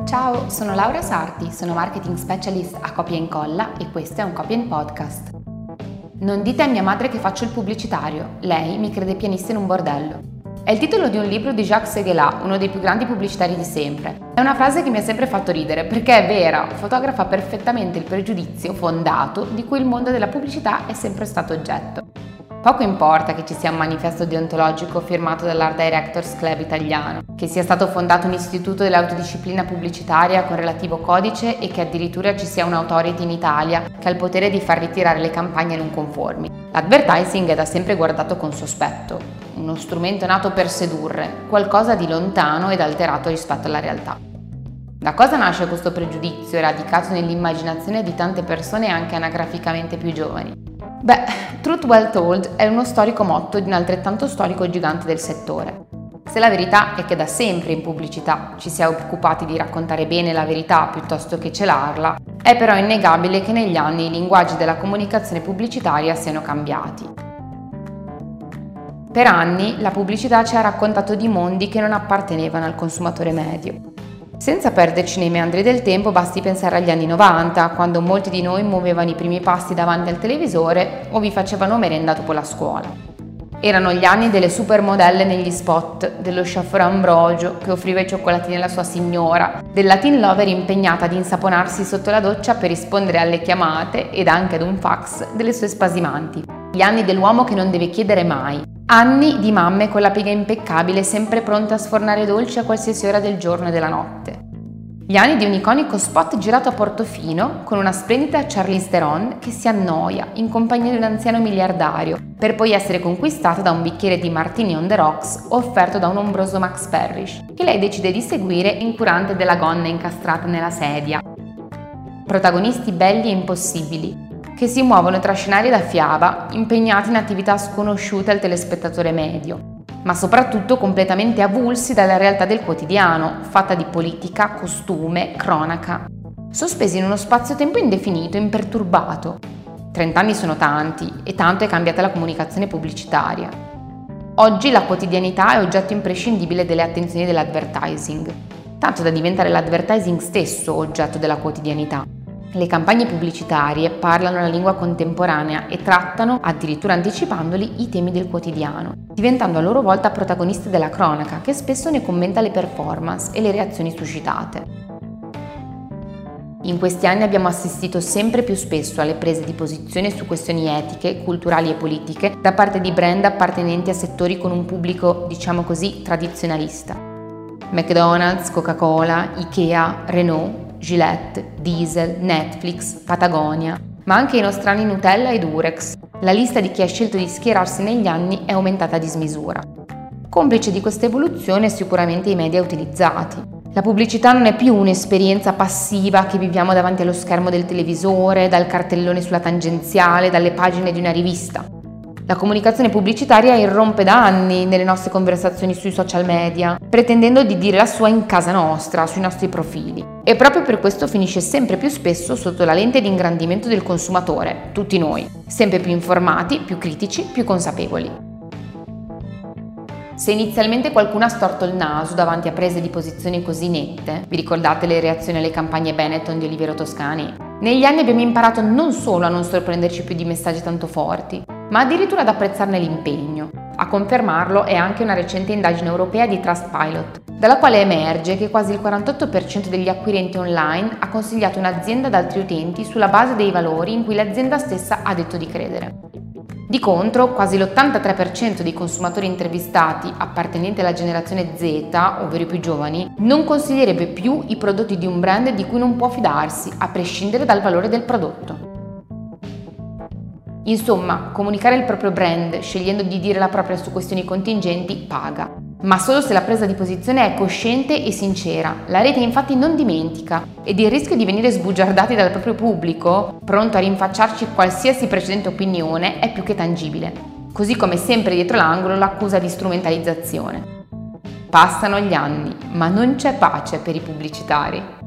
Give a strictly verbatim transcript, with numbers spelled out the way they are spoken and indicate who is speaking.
Speaker 1: Ciao, sono Laura Sarti, sono marketing specialist a Copia e Incolla e questo è un Copia and Podcast. Non dite a mia madre che faccio il pubblicitario, lei mi crede pianista in un bordello. È il titolo di un libro di Jacques Seguela, uno dei più grandi pubblicitari di sempre. È una frase che mi ha sempre fatto ridere perché è vera, fotografa perfettamente il pregiudizio fondato di cui il mondo della pubblicità è sempre stato oggetto. Poco importa che ci sia un manifesto deontologico firmato dall'Art Directors Club italiano, che sia stato fondato un istituto dell'autodisciplina pubblicitaria con relativo codice e che addirittura ci sia un'autority in Italia che ha il potere di far ritirare le campagne non conformi. L'advertising è da sempre guardato con sospetto, uno strumento nato per sedurre, qualcosa di lontano ed alterato rispetto alla realtà. Da cosa nasce questo pregiudizio radicato nell'immaginazione di tante persone anche anagraficamente più giovani? Beh, truth well told è uno storico motto di un altrettanto storico gigante del settore. Se la verità è che da sempre in pubblicità ci si è occupati di raccontare bene la verità piuttosto che celarla, è però innegabile che negli anni i linguaggi della comunicazione pubblicitaria siano cambiati. Per anni la pubblicità ci ha raccontato di mondi che non appartenevano al consumatore medio. Senza perderci nei meandri del tempo, basti pensare agli anni novanta, quando molti di noi muovevano i primi passi davanti al televisore o vi facevano merenda dopo la scuola. Erano gli anni delle supermodelle negli spot, dello chef Ambrogio che offriva i cioccolatini alla sua signora, della teen lover impegnata ad insaponarsi sotto la doccia per rispondere alle chiamate ed anche ad un fax delle sue spasimanti. Gli anni dell'uomo che non deve chiedere mai. Anni di mamme con la piega impeccabile sempre pronte a sfornare dolci a qualsiasi ora del giorno e della notte. Gli anni di un iconico spot girato a Portofino con una splendida Charlize Theron che si annoia in compagnia di un anziano miliardario per poi essere conquistata da un bicchiere di Martini on the rocks offerto da un ombroso Max Parrish che lei decide di seguire incurante della gonna incastrata nella sedia. Protagonisti belli e impossibili che si muovono tra scenari da fiaba, impegnati in attività sconosciute al telespettatore medio, ma soprattutto completamente avulsi dalla realtà del quotidiano, fatta di politica, costume, cronaca, sospesi in uno spazio-tempo indefinito, imperturbato. Trent'anni sono tanti e tanto è cambiata la comunicazione pubblicitaria. Oggi la quotidianità è oggetto imprescindibile delle attenzioni dell'advertising, tanto da diventare l'advertising stesso oggetto della quotidianità. Le campagne pubblicitarie parlano la lingua contemporanea e trattano, addirittura anticipandoli, i temi del quotidiano, diventando a loro volta protagoniste della cronaca, che spesso ne commenta le performance e le reazioni suscitate. In questi anni abbiamo assistito sempre più spesso alle prese di posizione su questioni etiche, culturali e politiche da parte di brand appartenenti a settori con un pubblico, diciamo così, tradizionalista. McDonald's, Coca-Cola, Ikea, Renault, Gillette, Diesel, Netflix, Patagonia, ma anche i nostrani Nutella ed Durex. La lista di chi ha scelto di schierarsi negli anni è aumentata a dismisura. Complice di questa evoluzione sicuramente i media utilizzati. La pubblicità non è più un'esperienza passiva che viviamo davanti allo schermo del televisore, dal cartellone sulla tangenziale, dalle pagine di una rivista. La comunicazione pubblicitaria irrompe da anni nelle nostre conversazioni sui social media, pretendendo di dire la sua in casa nostra, sui nostri profili. E proprio per questo finisce sempre più spesso sotto la lente di ingrandimento del consumatore, tutti noi, sempre più informati, più critici, più consapevoli. Se inizialmente qualcuno ha storto il naso davanti a prese di posizioni così nette, vi ricordate le reazioni alle campagne Benetton di Oliviero Toscani? Negli anni abbiamo imparato non solo a non sorprenderci più di messaggi tanto forti, ma addirittura ad apprezzarne l'impegno. A confermarlo è anche una recente indagine europea di Trustpilot, dalla quale emerge che quasi il quarantotto per cento degli acquirenti online ha consigliato un'azienda ad altri utenti sulla base dei valori in cui l'azienda stessa ha detto di credere. Di contro, quasi l'ottantatré per cento dei consumatori intervistati appartenenti alla generazione Z, ovvero i più giovani, non consiglierebbe più i prodotti di un brand di cui non può fidarsi, a prescindere dal valore del prodotto. Insomma, comunicare il proprio brand, scegliendo di dire la propria su questioni contingenti, paga. Ma solo se la presa di posizione è cosciente e sincera. La rete infatti non dimentica ed il rischio di venire sbugiardati dal proprio pubblico, pronto a rinfacciarci qualsiasi precedente opinione, è più che tangibile. Così come sempre dietro l'angolo l'accusa di strumentalizzazione. Passano gli anni, ma non c'è pace per i pubblicitari.